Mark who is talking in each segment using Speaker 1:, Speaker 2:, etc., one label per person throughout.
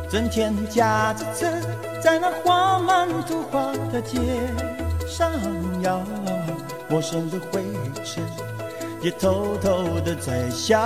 Speaker 1: 整天驾着车在那画满图画的街上摇，陌生的灰尘也偷偷的在笑。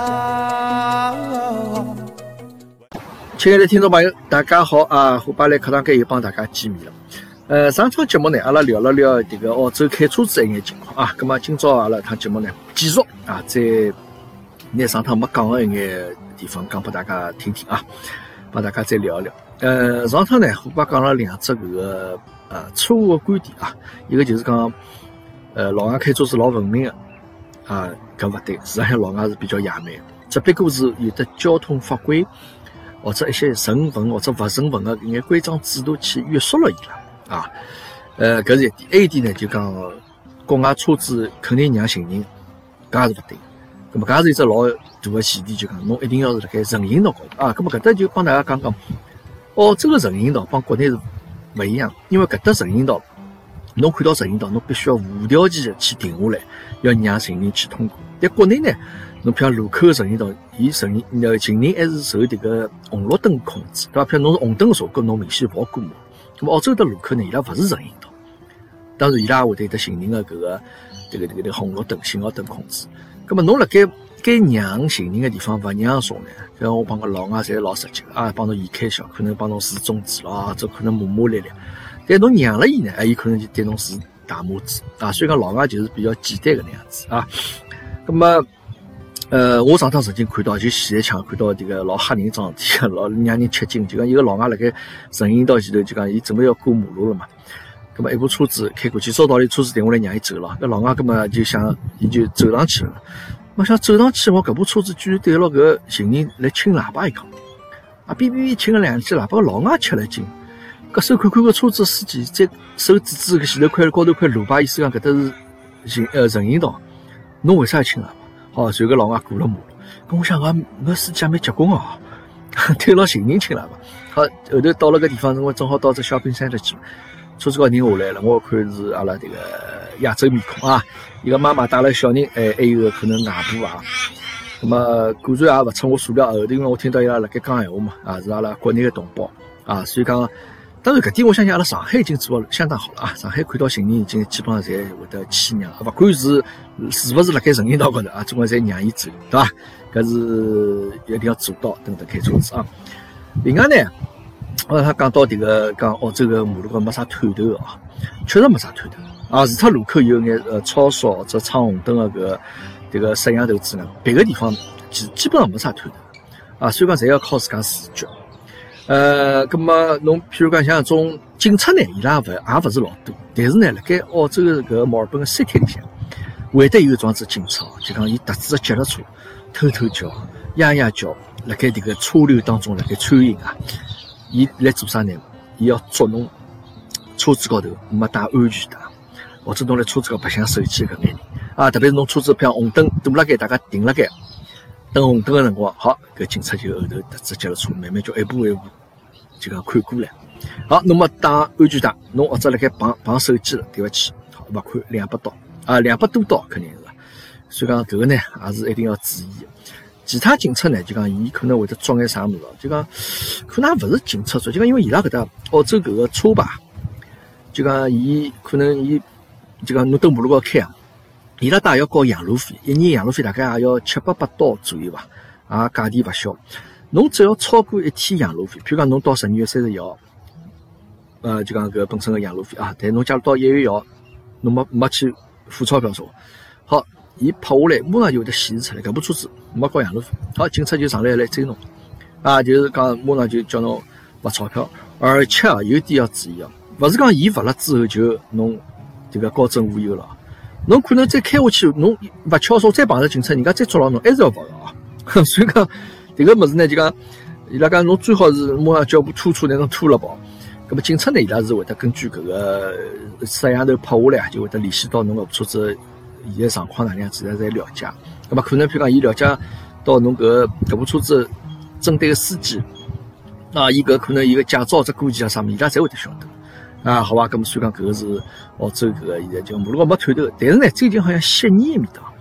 Speaker 2: 亲爱的听众朋友，大家好啊！虎爸来课堂间又帮大家见面了。上场节目呢，阿拉聊了聊这个澳洲开车子一眼情况啊。那么今朝阿拉趟节目呢，继续啊，在拿上趟没讲的一眼地方讲给大家听听啊，帮大家再聊一聊。上趟呢，虎爸讲了两只搿个错误的观点啊，一个就是讲老外开车子老文明的啊，搿勿对，事实上老外是比较野蛮，只不过是有的交通法规或者一些成文或者勿成文的一眼规章制度去约束了伊拉啊。搿是一点。还有一点呢，就讲国外车子肯定让行人，搿也是勿对。咁么搿是一只老大的前提，就讲侬一定要是辣盖人行道高头啊。咁么搿搭就帮大家讲讲，澳洲个人行道帮国内是勿一样，因为搿搭人行道，侬看到人行道，侬必须要无条件的去停下来，要让行人去通过。但国内呢，侬譬如路口个人行道，行人还是受迭个红绿灯控制，对伐？譬如侬是红灯个车，搿侬明显勿好过马。咁么澳洲的路口呢，伊拉勿是人行道，当然伊拉会对得行人个搿个红绿灯、信号灯控制。咁么侬辣盖该让行人个地方勿让送呢？搿我帮个老外侪老实际啊，帮侬移开小，可能帮侬竖中指咯，这可能骂骂咧咧。但侬让了伊呢，伊可能就对侬竖大拇指啊。所以讲老外就是比较简单个那样子啊。咁么我上趟曾经看到，就现在抢看到这个老吓人桩事体，老让人吃惊。就讲一个老外辣盖人行道前头，就讲伊准备要过马路了嘛。咁么一部车子开过去，照道理车子停下来让伊走了，搿老外根本就想，伊就走上去了。我想走上去，我搿部车子居然对牢搿行人来轻喇叭一讲，啊哔哔哔轻了两记喇叭，老外吃了惊。搿手看看个车子司机，再手指指搿前头块高头块路牌，意思讲搿搭是人行道，侬为啥要轻喇叭？好，随个老外过了马路，跟我想搿司机也蛮结棍哦，对牢行人轻喇叭。好，后头到了个地方，我正好到这小冰山头去，车子高人下来了，我看是阿拉这个亚洲面孔啊，一个妈妈带了小人，还有可能外婆啊。那么果然也勿出我所料，后头因为我听到伊拉辣盖讲闲话嘛，啊是阿拉国内的同胞啊，所以讲。当然，搿点我相信阿拉上海已经做了相当好了啊！上海看到行人已经基本上侪会得谦让，勿管是勿是辣盖人行道高头啊，总归侪让伊走，对伐？搿是一定要做到，等开车子啊。另外呢，他讲到迭个讲澳洲个马路高没啥探头啊，确实没啥探头啊，除脱路口有眼超速或者闯红灯个迭个摄像头之外，别个地方基本上没啥探头啊，所以讲侪要靠自家自觉。咁么侬譬如讲像种警察呢，伊拉也勿是老多，但是呢，辣盖澳洲个搿个墨尔本个 city 里向，会得有桩子警察，就讲伊特制个脚踏车，偷偷叫、呀呀叫，辣盖迭个车流当中辣盖穿行啊，伊来做啥呢？伊要捉侬车子高头没带安全带，或者侬辣车子高白相手机搿眼人啊，特别是侬车子像红灯堵辣盖，大家停辣盖。等红灯的辰光，好，搿警察就后头特制脚踏车慢慢叫一步一步就讲看过来。好，侬么带安全带，侬或者辣盖绑手机了，对勿起，好勿看200刀啊，200多刀肯定是。所以讲搿个呢，也是一定要注意的。其他警察呢，就讲伊可能会得捉眼啥物事，就讲可能勿是警察捉，就讲因为伊拉搿搭澳洲搿个车牌，就讲伊可能伊就讲侬登马路高开啊。伊拉也要交养路费，一年养路费大概也要700-8刀左右吧，啊，价钿勿小。侬只要超过一天养路费，譬如讲侬到12月30号，就讲搿本身个养路费啊，但侬假如到1月1号，侬没去付钞票说，好，伊拍下来马上就会得显示出来，搿部车子没交养路费，好，警察就上来追侬，啊，就是讲马上就叫侬罚钞票，而且啊，有一点要注意啊，勿是讲伊罚了之后就侬这个高枕无忧了。侬可能再开下去，侬勿巧说再碰着警察，人家再捉牢侬，还是要罚的啊。所以讲，迭个物事呢，就讲伊拉讲侬最好是马上叫部拖车拿侬拖了跑。咁么警察呢，伊拉是会得根据搿个摄像头拍下来，就会得联系到侬搿部车子现在状况哪能样子，侪了解。咁么可能譬如讲，伊了解到侬搿部车子针对个司机，啊，伊搿可能伊个驾照只过期啊啥物事，伊拉侪会得晓得。啊，好吧，咁么所以讲搿个是澳洲搿个现在就马路高没探头，但是呢，最近好像悉尼埃面搭，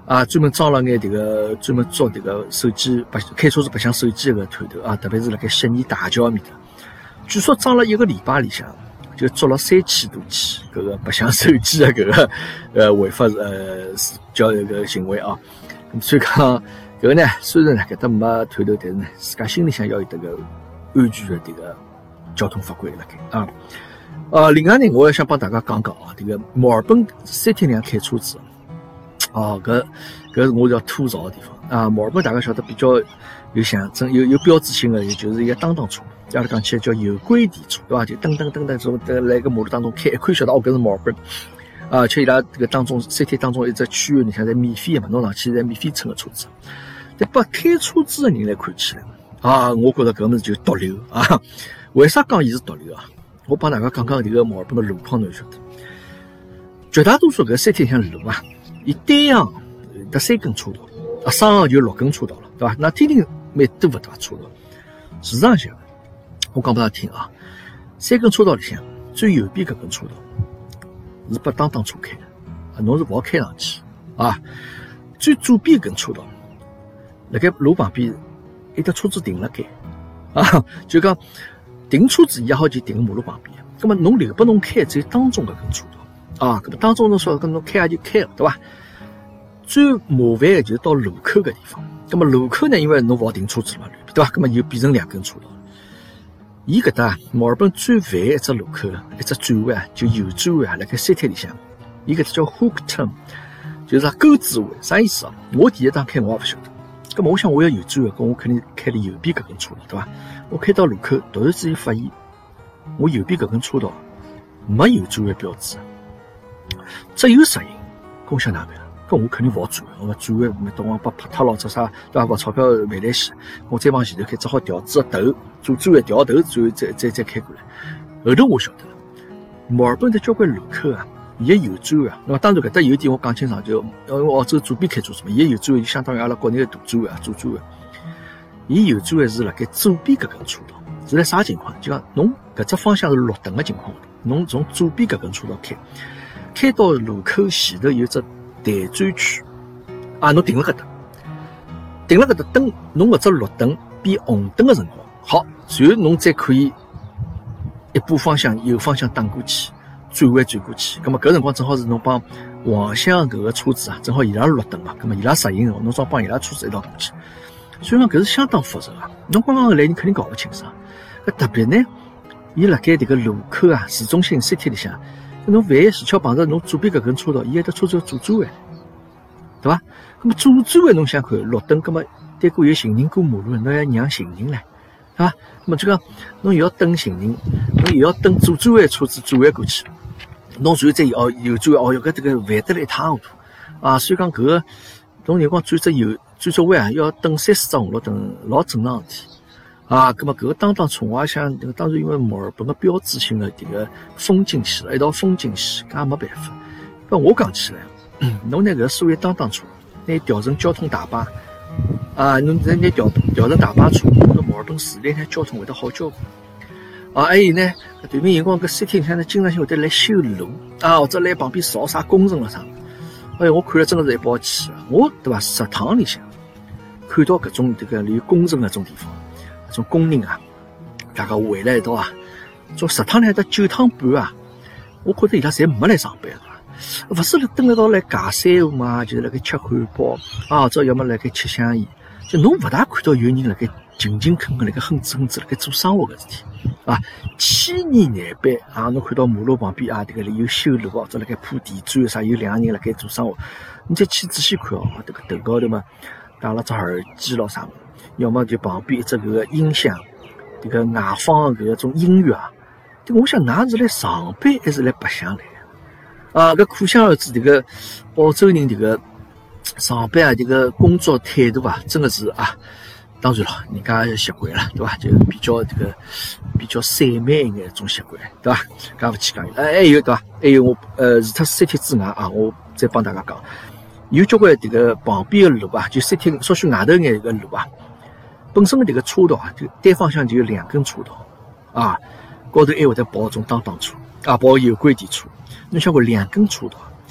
Speaker 2: 啊，专门装了眼这个专门做这个手机开车子白相手机个探头啊，特别是辣盖悉尼大桥面搭，据说装了1个礼拜里向就捉了3000多起搿个白相手机的搿个违法叫这个行为啊。所以讲搿个呢，虽然呢搿搭没探头，但是呢自家心里向要有这个安全的这个交通法规辣盖啊。另外呢，我也想帮大家讲讲啊，这个墨尔本3天2开车子啊，搿是我要吐槽的地方啊。墨尔本大家晓得比较有象征、有标志性的，也就是一个当车，阿拉讲起来叫有轨电车，对伐？就噔从来个马路当中开，一看晓得哦，搿是墨尔本啊。而且伊拉这个当中3天当中一只区域，你看侪免费的嘛，侬上去侪免费乘个车子。但把开车子的人来看起来啊，我觉得搿么就是毒瘤啊。为啥讲伊是毒瘤啊？我帮大家讲讲这个墨尔本的路况，侬晓得，绝大多数搿3天向路啊，伊单向得3根车道，啊，双向就6根车道了，对伐？那天天蛮多勿对伐？车道，事实上向我讲拨大家听啊，3根车道里向最右边搿根车道是拨当车开的，啊，侬是勿好开上去啊。最左边搿根车道，辣盖路旁边一搭车子停辣盖啊，就讲停车子也好就停马路旁边。葛末侬留拨侬开只有当中搿根车道啊，葛末当中侬说跟侬开也就开了，对伐？最麻烦的就是到路口搿地方。葛末路口呢，因为侬勿好停车子了嘛，对伐？葛末就变成2根车道。伊搿搭墨尔本最烦一只路口，一只转弯啊，就右转弯啊，辣盖3天里向，伊搿只叫 hook turn， 就是啥钩子弯，啥意思啊？我第一趟开我也勿晓得。咁么我想我要右转弯，咁我肯定开了右边搿根车道，对伐？我开到路口，突然之间发现我右边搿根车道没右转弯标志，只有石英。咁我想哪办？咁我肯定勿好转弯，我转弯没到我把拍脱了，做啥对伐？把钞票赔来死，我再往前头开，只好调子个头，转弯调头，再开过来。后头我晓得了，墨尔本的交关路口啊，伊个右转弯，那么当然搿搭有一点我讲清爽，就因为澳洲左边开车子嘛，伊个右转弯就相当于阿拉国内个大转弯啊，左转弯。伊右转弯是辣盖左边搿根车道，是辣啥情况？就讲侬搿只方向是绿灯个情况下头，侬从左边搿根车道开到路口前头有只待转区啊，侬停辣搿搭，等侬搿只绿灯变红灯个辰光，好，然后侬再可以一步方向右方向打过去，转弯转过去。咁么搿辰光正好是侬帮黄向搿个车子啊，正好伊拉绿灯嘛，咁么伊拉适应，侬正好帮伊拉车子一道过去。所以讲搿是相当复杂啊，侬刚刚来你肯定搞勿清爽。搿特别呢，伊辣盖迭个路口啊，市中心3天里向。侬万一巧碰着侬左边搿根车道，伊有得车子要左转弯，对伐？那么左转弯侬想看绿灯，那么对过有行人过马路，侬要让行人唻，对伐？那么就讲侬又要等行人，侬又要等左转弯车子转弯过去，侬然后再右转弯，哟，搿这个烦得来一塌糊涂啊！所以讲搿个侬辰光转只弯啊，要等3-4只红绿灯，老正常事体。啊，咁么搿个当车，我也想，当然因为墨尔本个标志性的这个风景线了，一道风景线，搿也没办法。不，我讲起来，侬拿搿所谓当车，拿调成交通大巴，啊，侬再拿调成大巴车，侬墨尔本市里向交通会得好交关。啊，还有呢，对面辰光搿3天里向呢，经常性会得来修路，啊，或者来旁边造啥工程了啥。哎，我看了真的是一包气啊！我对伐？食堂里向看到搿种这个有工程搿种地方。种工人啊，大家围了一道啊，从食堂里到9趟半啊，我觉得伊拉侪没来上班个，勿是蹲辣道来夹三胡嘛，就是辣盖吃汉堡啊，或者要么辣盖吃香烟，就侬勿大看到有人辣盖勤勤恳恳辣盖哼哧辣盖做生活搿事体啊，千年难办啊！侬看到马路旁边啊，迭个有修路或者辣盖铺地砖啥，有2个人辣盖做生活，你再去仔细看哦，迭个头高头嘛戴了只耳机咯啥物。要么就旁边一只搿个音响，这个外放的搿种音乐啊，这个我想㑚是来上班还是来白相来啊？搿可想而知，这个澳洲人这个上班啊，这个工作态度啊，真的是啊，当然了，人家习惯了，对伐？就比较散漫一眼种习惯，对伐？搿勿去讲。还有对伐？还有我除脱3天之外啊，我再帮大家讲，有交关这个旁边的路啊，就3天稍许外头眼个路啊。本身的这个车道啊，就单方向就有2根车道啊，高头还会得跑种当车啊，跑有轨电车。侬想过2根车道，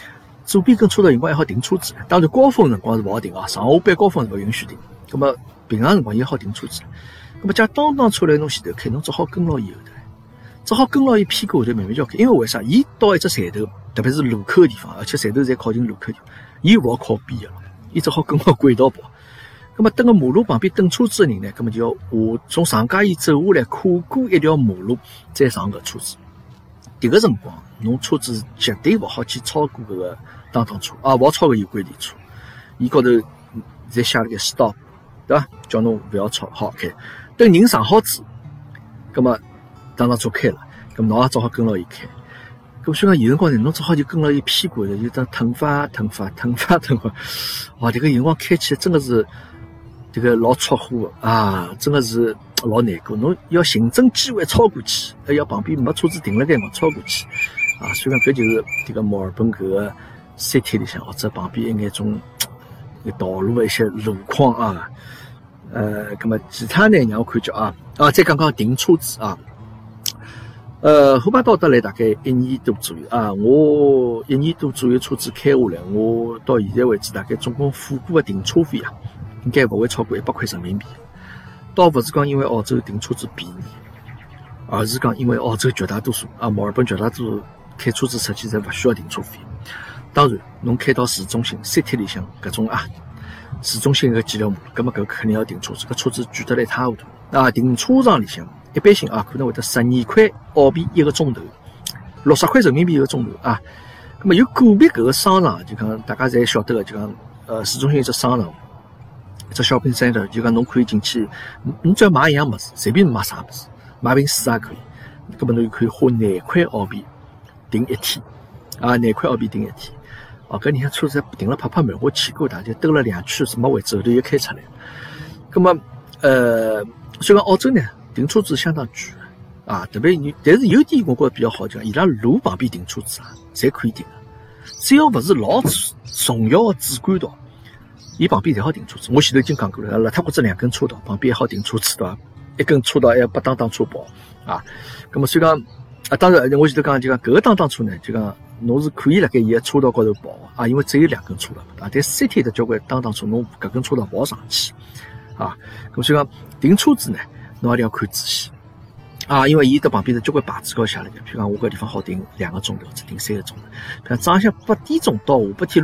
Speaker 2: 左边跟车道辰光还好停车子，当然高峰辰光是勿好停啊，上下班高峰是勿允许停。咁么平常辰光也好停车子。咁么假当车来侬前头开，侬只好跟牢伊后头，只好跟牢伊屁股后头慢慢叫开。因为为啥？伊到一只站头，特别是路口的地方，而且站头侪靠近路口的地方，伊勿好靠边个，伊只好跟牢轨道跑。咁么等个马路旁边等车子的人呢，咁么就要从上街伊走下来，跨过一条马路，再上搿车子。迭个辰光，侬车子绝对勿好去超过搿个当车，勿好超过有轨电车。伊高头侪写了个 stop， 对伐？叫侬勿要超，好开。等人上好子，咁么当车开了，咁侬也只好跟牢伊开。咁所以讲有辰光呢，侬只好就跟牢伊屁股后头，就当腾发。哇，迭个有辰光开起来真的是这个老出乎啊，真的是老难过。侬要寻准机会超过去，还要旁边没车子停了该嘛超过去啊。所以讲搿就是这个墨尔本搿个山体里向或者旁边一眼种道路的一些路况啊。咁么其他呢让我看叫再讲讲停车子啊。虎巴到得来大概1年多左右啊，我1年多左右车子开下来，我到现在为止大概总共付过的停车费啊，应该勿会超过100块人民币。倒勿是讲因为澳洲停车子便宜，而是讲因为澳洲绝大多数墨尔本绝大多数开车子实际上勿需要停车费。当然，侬开到市中心、city 里向搿种市中心个几条马路，葛末搿肯定要停车子，搿车子贵得来一塌糊涂停车场里向一般性可能会得12块澳币1个钟头，60块人民币1个钟头葛末有个别搿个商场，就讲大家侪晓得个，就讲市中心一只商场，一只 shopping center， 就讲侬可以进去，侬只要买一样物事，随便买啥物事，买瓶水也可以，葛末侬就可以花9块澳币停一天，9块澳币停一天。搿人家车子停了拍满，我去过的，就兜了2圈，什么位置后头又开出来。葛末所以讲澳洲呢，停车子相当贵特别但是有点我觉得比较好，就伊拉路旁边停车子侪可以停，只要勿是老重要的主干道，伊旁边侪好停车子。我前头已经讲过了，辣脱过这2根车道旁边还好停车子对伐？一根车道还要不当车跑葛末所以讲当然我前头讲就讲搿个当车呢，就讲侬是可以辣盖伊个车道高头跑因为只有2根车道但3天的交关当车侬搿根车道跑上去咁所以讲停车子呢，侬一定要看仔细因为伊的旁边是交关牌子高写了个，譬如讲我搿地方好停2个钟头，或者停3个钟头。譬如早上8点钟到下半天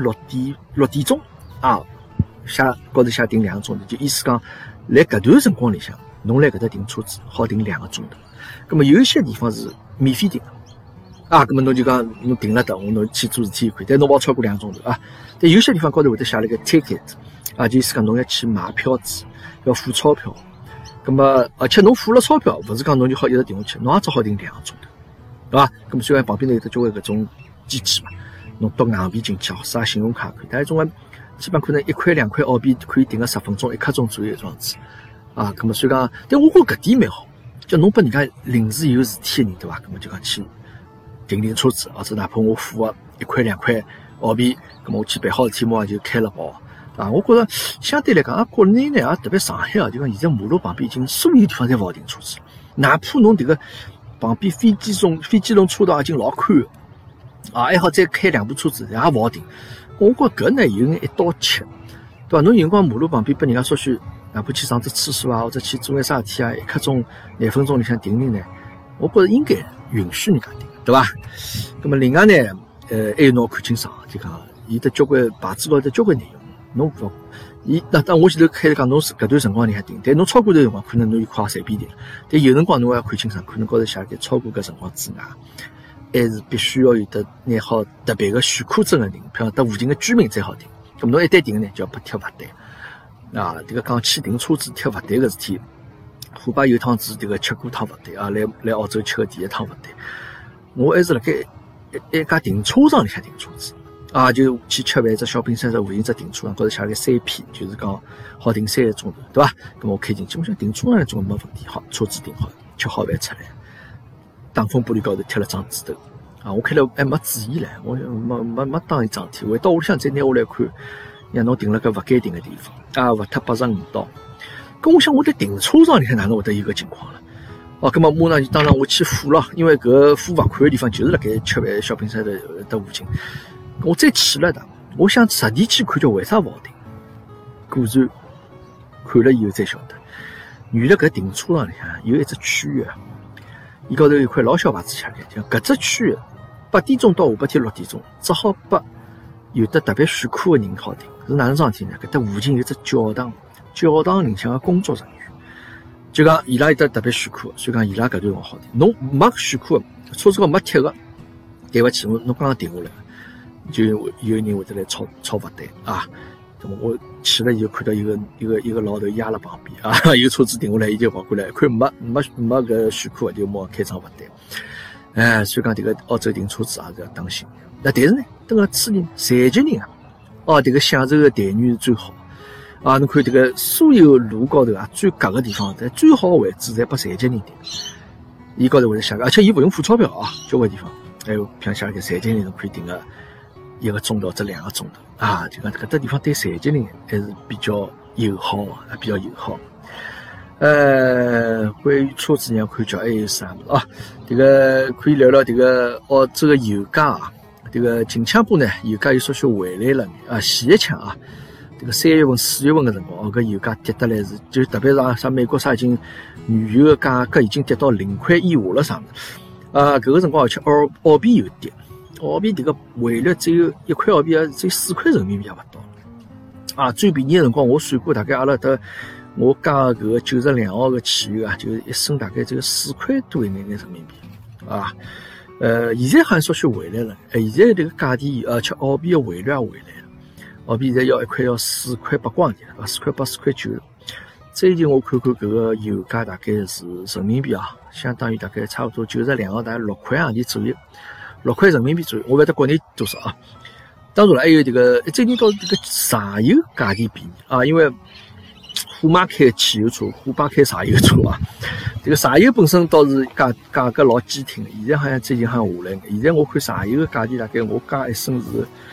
Speaker 2: 6点钟写高头写停2个钟头，就意思讲辣搿段辰光里向，侬辣搿搭停车子好停2个钟头。咁么有一些地方是免费停咁么侬就讲侬停了等侬去做事体可以，但侬勿好超过2个钟头但有些地方高头会得写了个 ticket 就意思讲侬要去买票子，要付钞票。咁么而且侬付了钞票，勿是讲侬就好一直停下去，侬也只好停2个钟头，对伐？咁么虽然旁边头有得交关搿种机器嘛，侬到硬币进去或者信用卡可以，但是种基本可能1块2块澳币可以停个10分钟1刻钟左右这样子咁么所以讲，但我觉搿点蛮好，叫侬拨人家临时有事体的人，对伐？咁么就讲去停车子，或者哪怕我付个1块2块澳币，咁么我去办好事体马上就开了跑。我觉着相对来讲国内呢特别上海就讲现在马路旁边已经所有地方侪勿好停车子，哪怕侬迭个旁边非机动车道已经老宽还好再开2部车子也勿好停。我觉搿呢有眼一刀切，对伐？侬有辰光马路旁边拨人家稍许哪怕去上只厕所或者去做眼啥事体1刻钟2分钟里向停呢，我觉着应该允许人家停，对伐？那么另外呢还有侬看清爽，就讲伊的交关牌子高头交关内容。侬勿当我前头开始讲侬是搿段辰光你还停，但侬超过段辰光可能侬就快随便停，但有辰光侬要看清爽，可能高头写个超过搿辰光之外，还是必须要有得拿好特别个许可证个人，譬如得附近个居民才好停。咁侬一旦停呢，就要拨贴罚单迭个讲起停车子贴罚单个事体，虎爸有趟子迭个吃过趟罚单来澳洲吃个第一趟罚单，我还是辣盖一家停车场里向停车子。就去吃饭，只小冰山附近只停车场高头写了个3P，就是讲好停3个钟头，对伐？咁我开进去，我想停车场总没问题，好，车子停好，吃好饭出来，挡风玻璃高头贴了张纸头，我开了还没注意唻，我没当一桩事体，回到屋里向再拿下来看，让侬停了个勿该停个地方，罚脱85刀。咁我想我在停车场里向哪能会得有个情况了？咁么马上就当场我去付了，因为搿付罚款个地方就是辣盖吃饭小冰山的附近。 我再去了一趟，我想实地去看叫为啥勿好停。果然看了以后才晓得，原来搿停车场里向有一只区域，伊高头有一块老小牌子写的，讲搿只区域8点钟到下半天6点钟，只好拨有得特别许可的人好停。是哪能桩事体呢？搿搭附近有只教堂，教堂里向的工作人员就讲伊拉有得特别许可，所以讲伊拉搿段好停。侬没许可，车子高没贴个，对勿起，侬刚刚停下来，就有人会得来抄罚单啊。那么我去了以后看到一个老头压了旁边啊，有车子停下来，伊就跑过来，看没搿许可就马上开张罚单。所以讲这个澳洲停车子也是要当心。那但是呢，等个车人残疾人啊，这个享受的待遇是最好啊。侬看这个所有路高头啊，最夹个地方，在最好的位置，侪拨残疾人停。伊高头会得写个，而且伊勿用付钞票啊，交关地方。还有像写个残疾人侬可以停个1个钟头或者2个钟头啊，就讲搿搭地方对残疾人还是比较友好啊，比较友好。关于车子呢，看叫还有啥物啊？这个可以聊聊这个澳洲的油价啊。这个近腔部呢，油价又稍许回来了啊。前一枪啊，这个3月份、4月份的辰光，搿油价跌得来是，就特别是啥美国啥已经原油的价格已经跌到0块以下了啥物啊。搿个辰光而且澳币又跌，澳币这个汇率只有1块澳币，只有4块人民币也勿到啊。最便宜的辰光我算过，大概阿拉搭我加搿个92号个汽油啊，就是一升大概只有4块多一眼人民币啊。现在好像稍许回来了。现在这个价钿，而且澳币的汇率也回来了。澳币现在要1块要4块8光钿了，4块8、4块9了。最近我看看搿个油价大概是人民币啊，相当于大概差不多92号大概6块洋钿左右，6块人民币左右。我勿晓得国内多少啊。当然了，还有这个最近到这个柴油价钿便宜啊，因为虎妈开汽油车，虎爸开柴油车啊。这个柴油本身倒是价格老坚挺的，现在好像最近好像下来。现在我看柴油的价钿大概我加一升是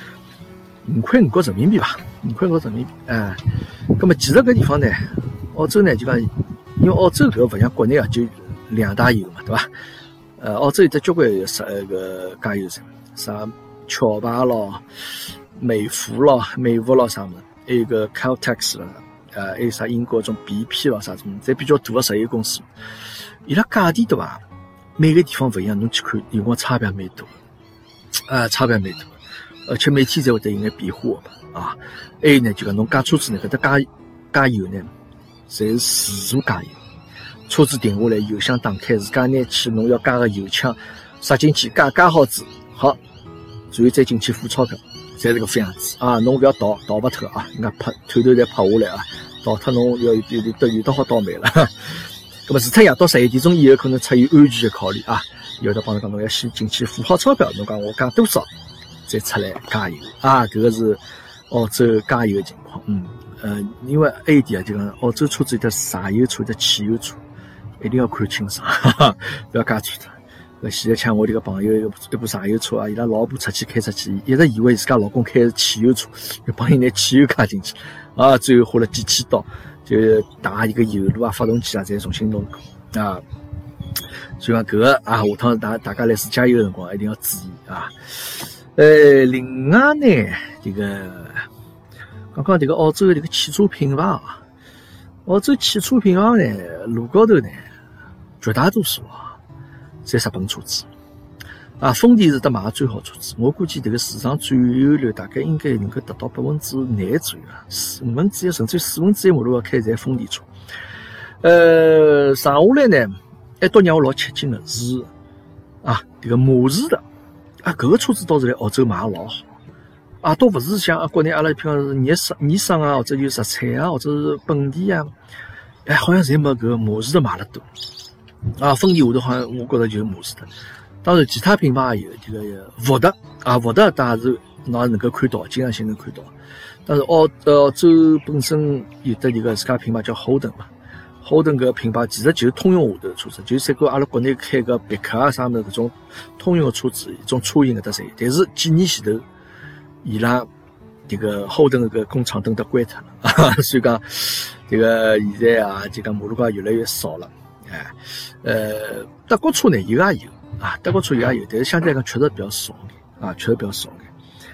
Speaker 2: 5块5角人民币吧，5块5角人民币。那么其实搿地方呢，澳洲呢就讲，因为澳洲搿勿像国内啊，就2大油嘛，对伐？澳洲有得交关个加油站，啥壳牌咯、美孚咯啥物事，还有个 Caltex 了。还有啥英国种 BP 咯啥种，侪比较大的石油公司，伊拉价钿对伐？每个地方勿一样，侬去看，有光差别蛮大，差别蛮大，而且每天侪会得有眼变化嘛，啊。还有呢，就讲侬加车子呢，搿搭加油呢，侪是自助加油，车子停下来，油箱打开，自家拿去侬要加个油枪塞进去，加好子，好，然后再进去付钞票。侪是个副样子啊！侬勿要倒勿脱啊！人家拍头再拍下来啊！倒脱侬要有得好倒霉了。咁么除脱夜到11点钟以后，可能出于安全的考虑啊，有的帮侬讲侬要先进去付好钞票，侬讲我加多少，再出来加油啊！搿个是澳洲加油的情况。因为还有一点啊，就讲澳洲车子有得柴油车、有得汽油车，一定要看清爽，不要加错脱。前一枪我这个朋友一部柴油车啊，伊拉老婆出去开出去，一直以为自家老公开的是汽油车，就帮伊拿汽油加进去啊，最后花了几千刀，就打一个油路啊、发动机啊，再重新弄啊。所以讲搿个啊，下趟大家来试加油的辰光一定要注意啊。另外呢，这个刚刚这个澳洲的这个汽车品牌啊，澳洲汽车品牌呢，路高头呢，绝大多数啊。侪日本车子啊，丰田是得卖最好车子。我估计这个市场占有率大概应该能够达到2%左右啊，1/4甚至1/4马路要开侪丰田车。上下来呢，还倒让我老吃惊的是啊，这个马自达啊，搿个车子倒是来澳洲卖老好啊，倒勿是像国内阿拉譬如日产啊，或者就日产啊，或者是本田啊，好像侪没搿个马自达卖得多。啊，丰田下头好像我觉得就是马自达，当然其他品牌也有这个福特啊，福特当然是侬能够看到，经常性能看到。但是澳洲本身有的一个自家品牌叫Holden嘛，Holden搿个品牌其实就是通用下头的车子，就是个阿拉国内开个别克啊啥么搿种通用的车子，一种车型搿搭侪有。但是几年前头，伊拉这个Holden搿个工厂等得关脱了，所以讲这个现在啊，就讲马路高越来越少了。德国车呢有也有啊，德国车也有，但是相对来讲确实比较少眼啊，确实比较少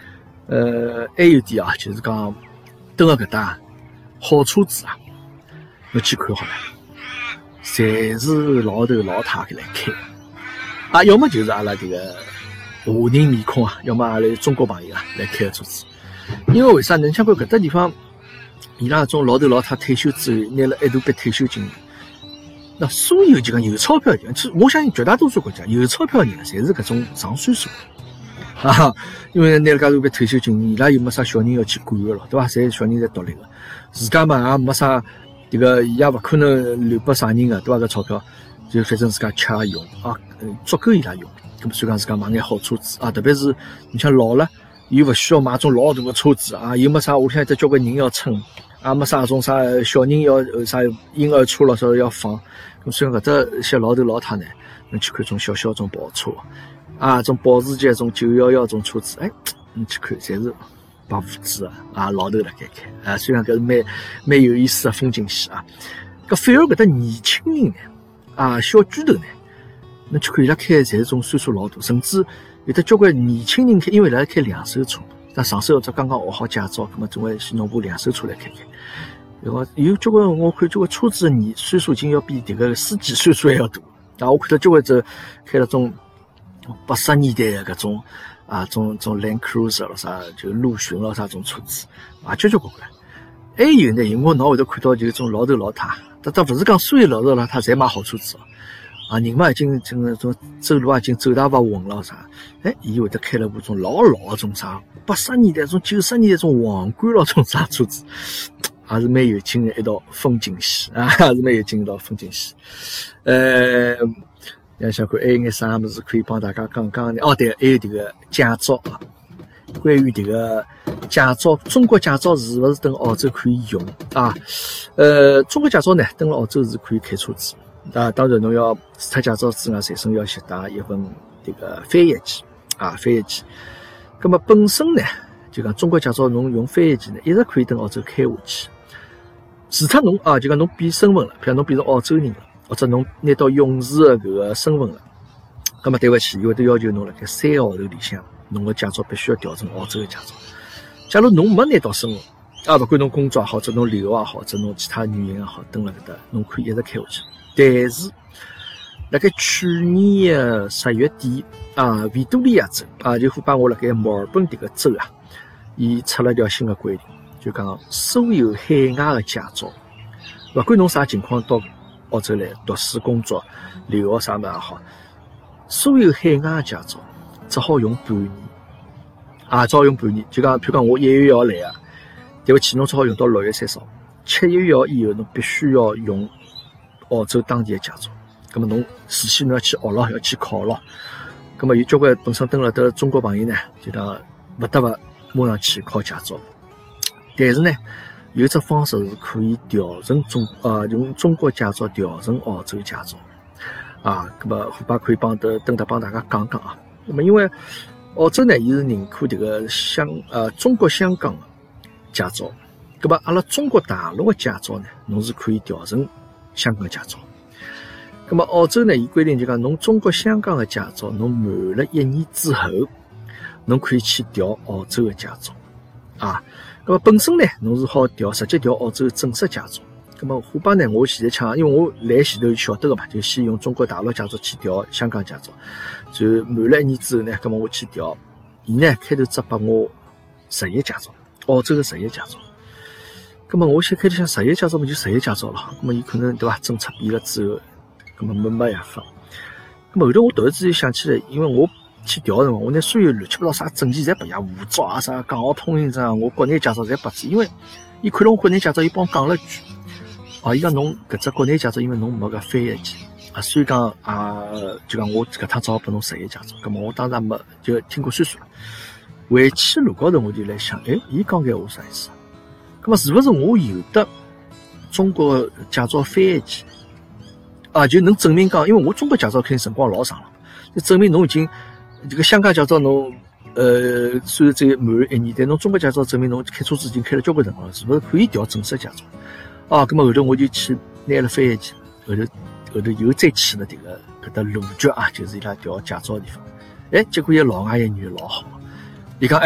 Speaker 2: 还有点啊，就是讲蹲辣搿搭好车子啊，侬去看好了，侪是老头老太太来开啊，要么就是阿拉这个华人面孔啊，要么阿拉中国朋友啊来开个车子。因为为啥呢？你想看搿搭地方，伊拉搿种老头老太退休之后，拿了一大笔退休金，那所有就讲有钞票的人，其实我相信绝大多数国家有钞票的人，侪是搿种上岁数的，哈哈，因为拿了介大笔退休金，伊拉又没啥小人要去管个了，对伐？侪小人侪独立个，自家嘛也没啥这个，伊也勿可能留拨啥人个，对伐？搿钞票就反正自家吃也用啊，足够伊拉用。咁所以讲自家买眼好车子啊，特别是你像老了，又勿需要买种老大个车子啊，又没啥屋里向得交关人要撑，啊没啥种啥小人要啥婴儿车咯，啥要放。咁所以讲搿搭些老头老太呢，侬去看种小小种跑车啊，种保时捷种911种车子，哎，你去看侪是帮胡子啊老头辣盖开啊，虽然搿是蛮有意思的风景线啊。搿反而搿搭年轻人呢，啊小巨头呢。侬去看伊拉开的侪是种岁数老大，甚至有的交关年轻人开，因为伊拉开两手车，那上手或者刚刚学好驾照，那么总归先弄部两手车来开开。然后有交关我看交关车子的岁数已经要比这个司机岁数还要大。啊，我看到交关这开了种80年代的搿种啊，种 Land Cruiser 了啥，就陆巡了啥种车子，啊，交交关关。还有呢，我脑会头看到就种老头老太，但勿是讲所有老头老太侪买好车子哦。啊，人嘛已经这个种走路啊，已经走大勿稳了啥？哎，伊会得开了部种老种啥80年代、种90年代种皇冠咯，种啥车子，还是蛮有劲的一道风景线啊，还是蛮有劲一道风景线。想看还有眼啥物事可以帮大家讲讲呢？哦，对，还有这个驾照啊，关于这个驾照，中国驾照是勿是等澳洲可以用啊？中国驾照呢，等了澳洲是可以开车子。啊，当然侬要除脱驾照之外，随身要携带一份这个翻译机啊，翻译机。那么本身呢，就讲中国驾照侬用翻译机呢，一直可以等澳洲开下去。除脱侬啊，就讲侬变身份了，譬如侬变成澳洲人了，或者侬拿到永士的搿个身份了，那么对勿起，伊会得要求侬辣盖3个号头里向，侬个驾照必须要调成澳洲的驾照。假如侬没拿到身份，啊，勿管侬工作也好，或者侬旅游也好，或者侬其他原因也好，等辣搿搭，侬可以一直开下去。但是，辣盖去年的10月底啊，维多利亚州啊，就把我辣盖墨尔本迭个州啊，伊出了条新的规定，就讲所有海外的驾照，勿管侬啥情况到澳洲来读书、工作、留学啥物事也好，所有海外的驾照只好用半年啊，只好用半年。就讲，譬如讲我1月1号来啊，对勿起，侬只好用到6月30号，7月1号以后侬必须要用澳洲当地的驾照，咁么侬事先侬要去学咯，要去考咯。咁么有交关本身蹲辣的中国朋友呢，就讲勿得勿马上去考驾照。但是呢，有只方式是可以调成用中国驾照调成澳洲驾照啊。咁么虎爸可以帮大家讲讲啊。咁么因为澳洲呢，伊是认可这个中国香港的驾照，咁么阿拉中国大陆的驾照呢，侬是可以调成香港驾照。那么澳洲呢，伊规定就讲，侬中国香港的驾照，侬满了1年之后，侬可以去调澳洲的驾照啊。那么本身呢，侬是好直接调澳洲正式驾照。那么虎爸呢，我现在抢，因为我来前头晓得个嘛，就先用中国大陆驾照去调香港驾照，就满了1年之后呢，那么我去调，伊呢开头只拨我实习驾照，澳洲的实习驾照。咁么我先开头想实习驾照嘛就实习驾照了，咁么伊可能对伐？政策变了之后，咁么没办法。咁么后头我突然之间想起来，因为我去调的辰光，我拿所有乱七八糟啥证件侪拨伊，护照啊啥港澳通行证，我国内驾照侪拨伊，因为伊看了我国内驾照，伊帮我讲了句，伊讲侬搿只国内驾照，因为侬没搿翻译机啊，所以讲就讲我搿趟只好拨侬实习驾照。咁么我当时没就听过算数了。回去路高头我就来想，伊讲搿话啥意思？那么是不是我有的中国驾照翻译机啊，就能证明讲，因为我中国驾照肯定辰光老长了，就证明侬已经这个香港驾照侬虽然只有满1年，但侬中国驾照证明侬开车子已经开了交关辰光了，是不是可以调正式驾照啊？那么后头我就去拿了翻译机，后头又再去了这个搿搭路局啊，就是伊拉调驾照的地方。结果一老外一女老好，伊讲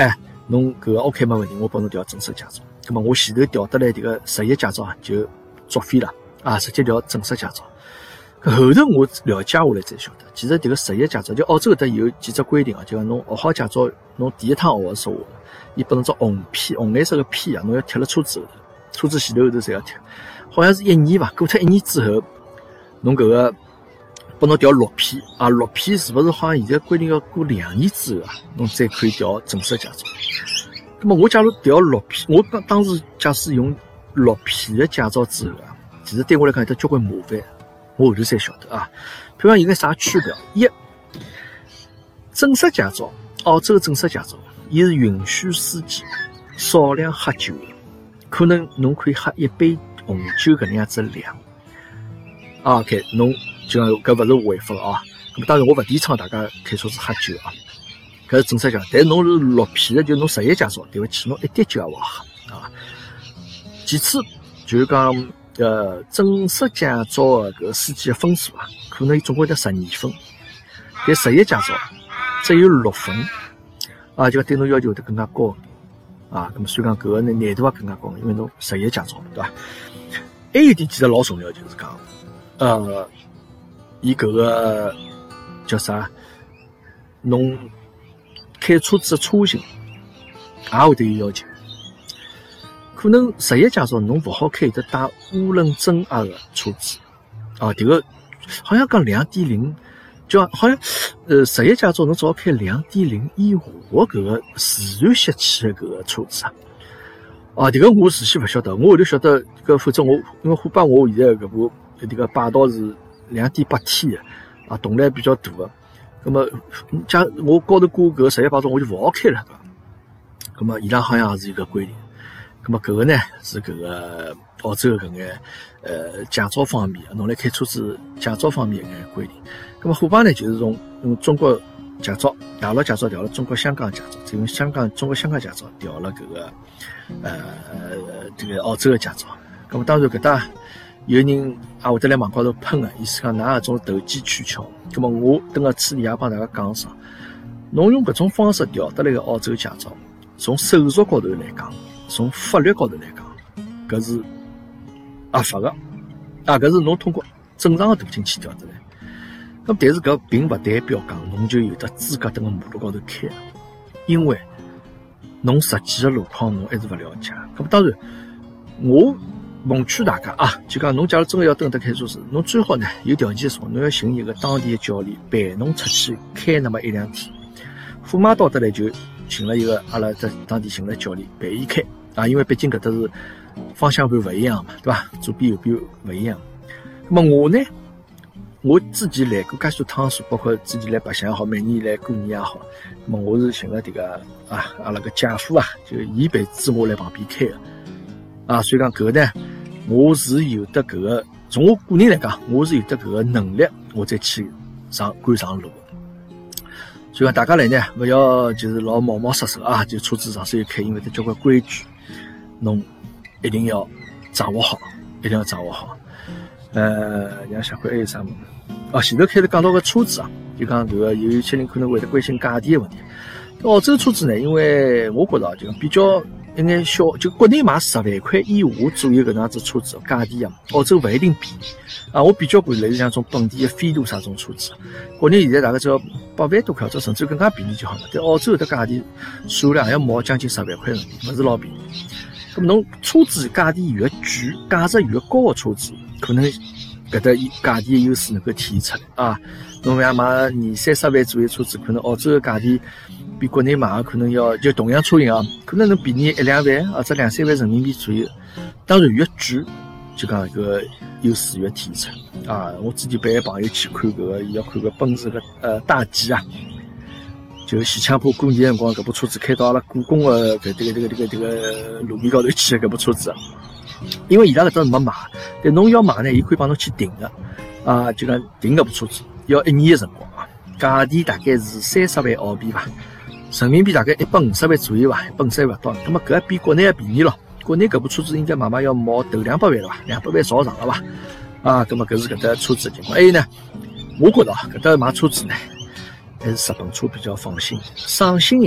Speaker 2: 侬搿个 OK 没问题，我帮侬调正式驾照。咁么我前头调得来迭个实习驾照就作废了啊，直接调正式驾照。搿后头我了解下来才晓得，其实迭个实习驾照就澳洲搿搭有几只规定啊，就讲侬学好驾照，侬第一趟学个时候，伊拨侬只红片，红颜色个片啊，侬要贴辣车子后头，车子前头后头侪要贴，好像是1年伐，过脱1年之后，侬搿个拨侬调绿片啊，绿片是勿是好像现在规定要过2年之后啊，侬才可以调正式驾照。那么我假如调绿片，我当时假使用绿片的驾照之后啊，其实对我来讲有得交关麻烦。我后头才晓得啊，譬如讲有眼啥区别？一，正式驾照，澳洲正式驾照，伊是允许司机少量喝酒的，可能侬可以喝1杯红酒搿能样子量。OK， 侬就讲搿勿是违法啊。咁当然我勿提倡大家开车子喝酒啊，搿是正式驾照。但侬是绿皮的，就侬实习驾照，对勿起，侬一滴酒也勿好喝啊。其次就是讲。正式驾照的搿个司机的分数啊，可能总共得12分，但实习驾照只有6分，啊，就对侬要求得更加高啊。咁所以讲搿个呢难度也更加高，因为侬实习驾照，对伐？还有一点其实老重要，就是讲，伊搿个叫啥？侬开车子的车型也会得有要求。可能实习驾照侬勿好开有得带涡轮增压的车子啊，迭个好像讲 2.0， 就好像实习驾照侬只好开 2.0 以下的搿个自然吸气的搿个车子啊，迭个我事先勿晓得，我后头晓得搿，反正我因为虎爸我现在搿部迭个霸道是 2.8T 的啊，动力比较大的，葛末假我高头过搿个实习驾照我就勿好开了，葛末伊拉好像也是一个规定。咁么搿个呢是搿个澳洲搿眼驾照方面，侬来开车子驾照方面一眼规定。咁么虎爸呢就是用中国驾照，大陆驾照调了中国香港驾照，再用中国香港驾照调了搿个这个澳洲的驾照。咁么当然搿搭有人也会得来网高头喷个，意思讲㑚搿种投机取巧。咁么我等个此地也帮大家讲啥，侬用搿种方式调得来个澳洲驾照，从手续高头来讲。从法律高头来讲，搿是合法的啊，搿是侬通过正常的途径去调得来。咁但是搿并勿代表讲侬就有得资格蹲辣马路高头开，因为侬实际的路况侬还是勿了解。咁当然，我奉劝大家啊，就讲侬假如真的要蹲得开车子，侬最好呢有条件的时候，侬要寻一个当地的教练陪侬出去开那么1-2天。虎妈到得来就寻了一个阿拉在当地寻了教练陪伊开。啊，因为毕竟搿搭是方向盘勿一样嘛，对伐？左边右边勿一样。那么我呢，我之前来过介许多趟数，包括之前来白相也好，每年来过年也好。那么我是寻了迭个啊，阿拉个姐夫啊，就伊陪着我来旁边开的啊。所以讲搿个呢，我是有得搿个，从我个人来讲，我是有得搿个能力，我再去赶上路。所以讲大家来呢，勿要就是老冒冒失失啊，就车子上手一开，因为得交关规矩。侬一定要掌握好，一定要掌握好。让小辉还有啥么？哦，前头开始讲到个车子啊，就讲搿个有些人可能会得关心价钿的问题。澳洲车子呢，因为我觉着就讲比较一眼小，就国内买10万块以下左右搿能样子车子价钿啊，澳洲勿一定便宜啊。我比较过类似像种本地的飞度啥种车子，国内现在大概只要8万多块，或者甚至更加便宜就好了。但澳洲的价钿数量还要毛将近10万块人民币，勿是老便宜。咁侬车子价钿越贵，价值越高的车子，可能搿搭价钿的优势能够体现出来啊。侬要买20-30万左右车子，可能澳洲的价钿比国内买可能要就同样车型啊，可能能便宜1-2万或者2-3万人民币左右。当然越贵，就讲搿个优势越体现出来啊。我之前陪朋友去看搿个，要看个奔驰个大 G 啊。就前腔坡过年辰光，搿部车子开到阿拉故宫的搿个路面高头去的搿部车子，因为伊拉搿搭是没买，但侬要买呢，伊可以帮侬去订的啊，就讲订搿部车子要1年的辰光啊，价钿大概是30万澳币吧，人民币大概150万左右吧，150万勿到，那么搿比国内还便宜咯。国内搿部车子应该慢慢要毛头200万了吧，200万朝上了吧，啊，那么搿是搿搭车子的情况。还有呢，我觉得搿搭买车子呢。还是日本车比较放心，省心一点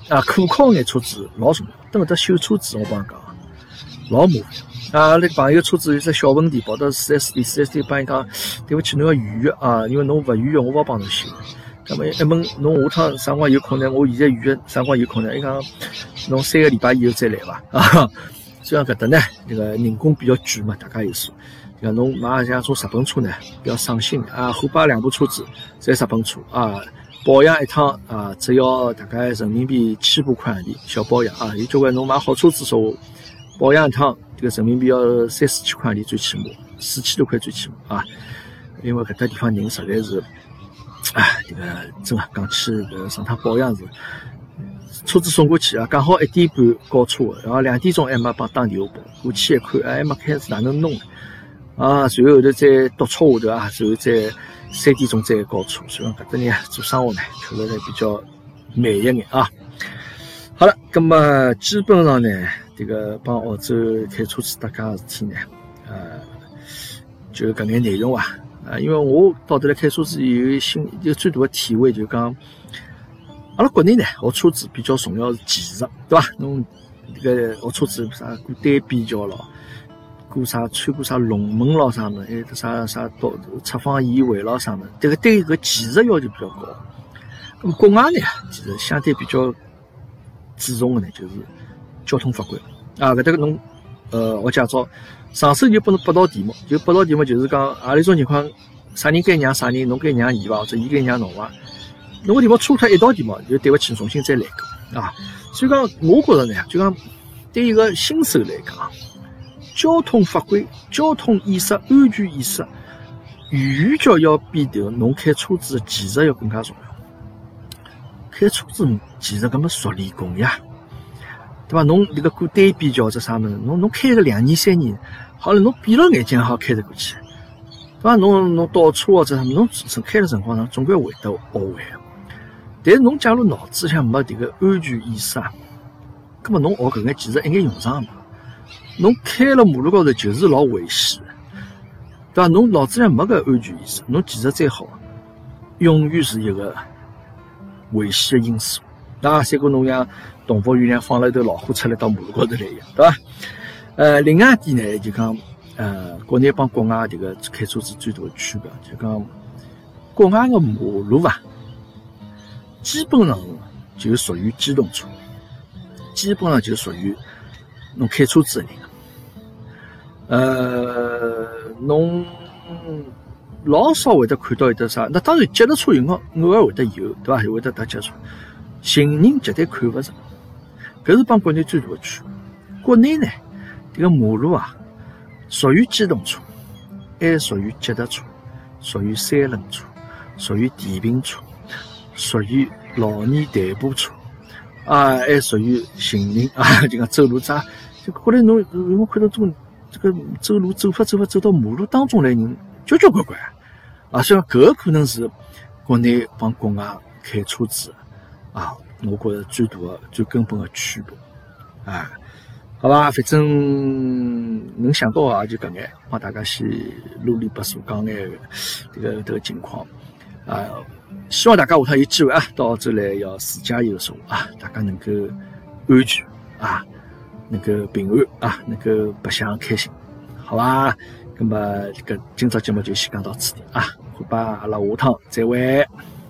Speaker 2: 啊，可靠眼车子老重要。等搿搭修车子，我帮侬讲，老麻烦啊！那个朋友车子有只小问题，跑到 4S 店帮伊讲，对不起，侬要预约啊，因为侬勿预约，我勿帮侬修。那么一问侬下趟啥辰光有空呢？我现在预约啥辰光有空呢？伊讲侬3个礼拜以后再来伐？啊，虽然搿搭呢，这个人工比较贵嘛，大家有数。像侬买像种日本车呢，比较省心啊。虎爸2部车子侪日本车啊，保养一趟啊，只要大概人民币1000多块钿，小保养啊。有交关侬买好车子说保养一趟，这个人民币要3、4千块钿最起码，4000多块最起码啊。因为搿搭地方人实在是。这个真的讲起上趟保养是车子送过去啊，刚好1点半交车，然后2点钟还没帮打电话报，过去一看，还没开始哪能弄啊？随后头再督促下头啊，随后再3点钟再交车，所以讲搿搭呢做生活呢，确实比较慢一眼啊。好了，那么基本上呢，这个帮澳洲开车子搭界的事体呢，就搿眼内容啊。因为我到头来开车子有最大的体会，就讲阿拉国内呢学车子比较重要是技术，对伐？侬这个学车子啥过单边桥咯，过啥穿过啥龙门咯啥么，还有啥到侧方移位咯啥么，这个对搿技术要求比较高。那么国外呢，其实相对比较注重的呢就是交通法规啊，搿搭个侬我驾照。上手就拨侬8道题目，就是讲何里种情况，啥人该让啥人，侬该让伊伐，或者伊该让侬伐？侬个题目错脱1道题目就对勿起，重新再来过啊。所以讲，我觉着呢，就讲对一个新手来讲，交通法规、交通意识、安全意识，远远叫要比侬开车子的技术要更加重要。开车子其实搿么熟练工呀。对吧？侬这个过单边桥或者啥么子，侬开个2年3年，好了，侬闭了眼睛好开得过去，对吧？侬倒车或者啥么，侬开的辰光上总归会得学会。但是侬假如脑子里没这个安全意识啊，那么侬学搿眼技术一眼用上嘛？侬开了马路高头就是老危险的，对吧？侬脑子里没搿安全意识，侬技术再好，永远是一个危险的因素。啊，三个侬像动物园里放了一头老虎出来到马路高头来一样，对吧？另外一点呢，就讲国内帮国外这个开车子最大的区别，就讲国外的马路啊，基本上就属于机动车，基本上就属于侬开车子的人。侬老少会得看到有得啥，那当然脚踏车有偶尔会得有，对吧？会得踏脚车。行人绝对看勿着，搿是帮国内最大的区别。国内呢，这个马路啊，属于机动车，还属于脚踏车，属于3轮车，属于电瓶车，属于老年代步车，啊，还属于行人啊，就讲走路渣。就后来侬看到这个走路走到马路当中来人，交交关关啊，所以搿可能是国内帮国外开车子。啊，我觉着最大的、最根本的区别，啊，好吧，反正能想到啊，就搿眼帮大家先啰里吧嗦讲眼这个情况，啊，希望大家下趟有机会啊，到澳洲来要自驾游说啊，大家能够安全啊，能够平安啊，能够白相开心，好吧？那么这个今朝节目就先讲到此地啊，好吧，阿拉下趟再会。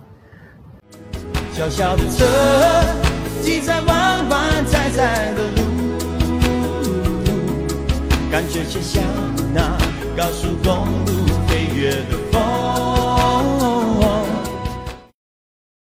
Speaker 1: 小小的车挤在弯弯窄窄的路，感觉就像那高速公路飞跃的风。